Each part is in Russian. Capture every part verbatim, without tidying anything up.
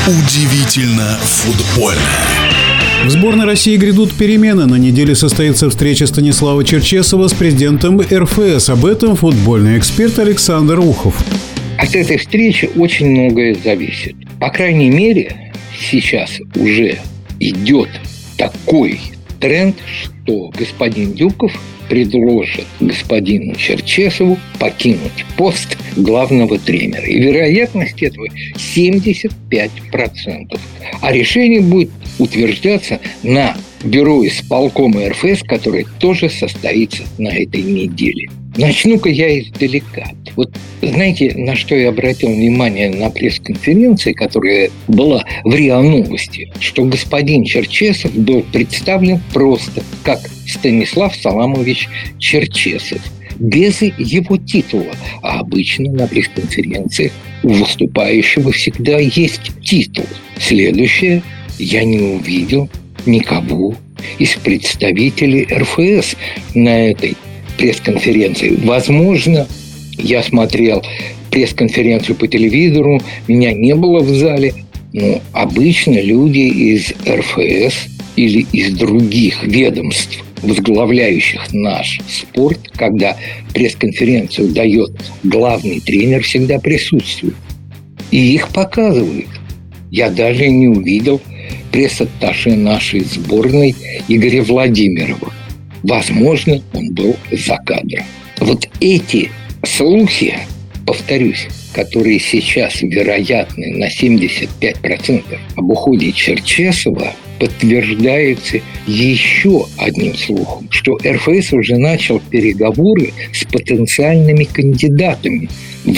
Удивительно футбольно. В сборной России грядут перемены. На неделе состоится встреча Станислава Черчесова с президентом эр эф эс. Об этом футбольный эксперт Александр Ухов. От этой встречи очень многое зависит. По крайней мере, сейчас уже идет такой тренд, что господин Дюков предложит господину Черчесову покинуть пост главного тренера. И вероятность этого семьдесят пять процентов. А решение будет утверждаться на бюро исполкома эр эф эс, которое тоже состоится на этой неделе. Начну-ка я издалека. Вот знаете, на что я обратил внимание на пресс-конференции, которая была в РИА Новости, что господин Черчесов был представлен просто как Станислав Саламович Черчесов, без его титула. А обычно на пресс-конференциях у выступающего всегда есть титул. Следующее, я не увидел никого из представителей эр эф эс на этой пресс-конференции. Возможно, я смотрел пресс-конференцию по телевизору, меня не было в зале, но обычно люди из эр эф эс или из других ведомств, возглавляющих наш спорт, когда пресс-конференцию дает главный тренер, всегда присутствуют. И их показывают. Я даже не увидел пресс-атташе нашей сборной Игоря Владимирова. Возможно, он был за кадром. Вот эти слухи, повторюсь, которые сейчас вероятны на семьдесят пять процентов об уходе Черчесова, подтверждаются еще одним слухом, что эр эф эс уже начал переговоры с потенциальными кандидатами. В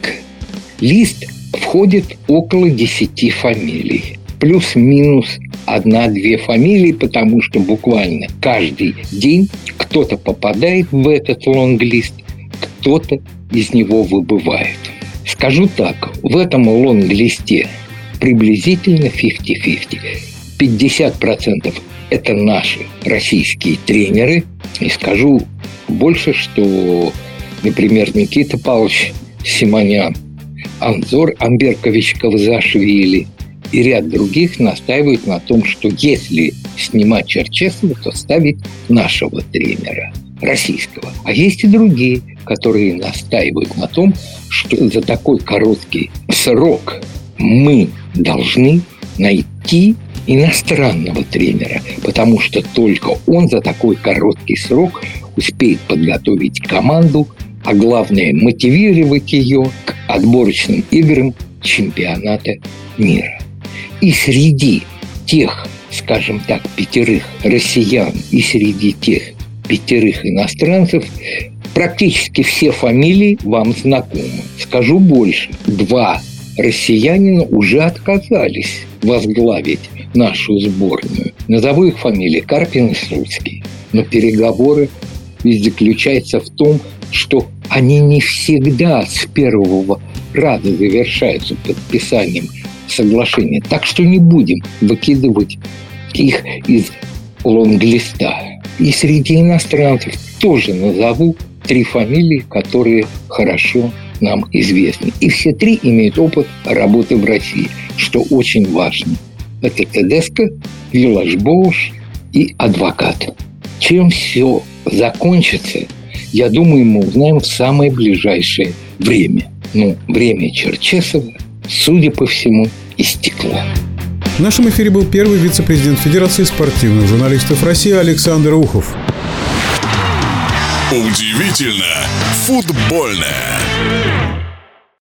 лонг-лист входит около десяти фамилий. Плюс-минус одна-две фамилии, потому что буквально каждый день кто-то попадает в этот лонг-лист, кто-то из него выбывает. Скажу так, в этом лонг-листе приблизительно пятьдесят на пятьдесят. пятьдесят процентов это наши российские тренеры. И скажу больше, что, например, Никита Павлович Симонян, Анзор Амберкович Кавзашвили и ряд других настаивают на том, что если снимать Черчесова, то ставить нашего тренера, российского. А есть и другие, которые настаивают на том, что за такой короткий срок мы должны найти иностранного тренера, потому что только он за такой короткий срок успеет подготовить команду, а главное мотивировать ее к отборочным играм чемпионата мира. И среди тех, скажем так, пятерых россиян и среди тех пятерых иностранцев практически все фамилии вам знакомы. Скажу больше. Два россиянина уже отказались возглавить нашу сборную. Назову их фамилии: Карпин и Слуцкий. Но переговоры ведь заключаются в том, что они не всегда с первого раза завершаются подписанием соглашения. Так что не будем выкидывать их из лонг-листа. И среди иностранцев тоже назову три фамилии, которые хорошо нам известны. И все три имеют опыт работы в России, что очень важно. Это Тедеско, Виллаш-Боуш и Адвокат. Чем все закончится, я думаю, мы узнаем в самое ближайшее время. Но время Черчесова, судя по всему, истекло. В нашем эфире был первый вице-президент Федерации спортивных журналистов России Александр Ухов. Удивительно футбольное.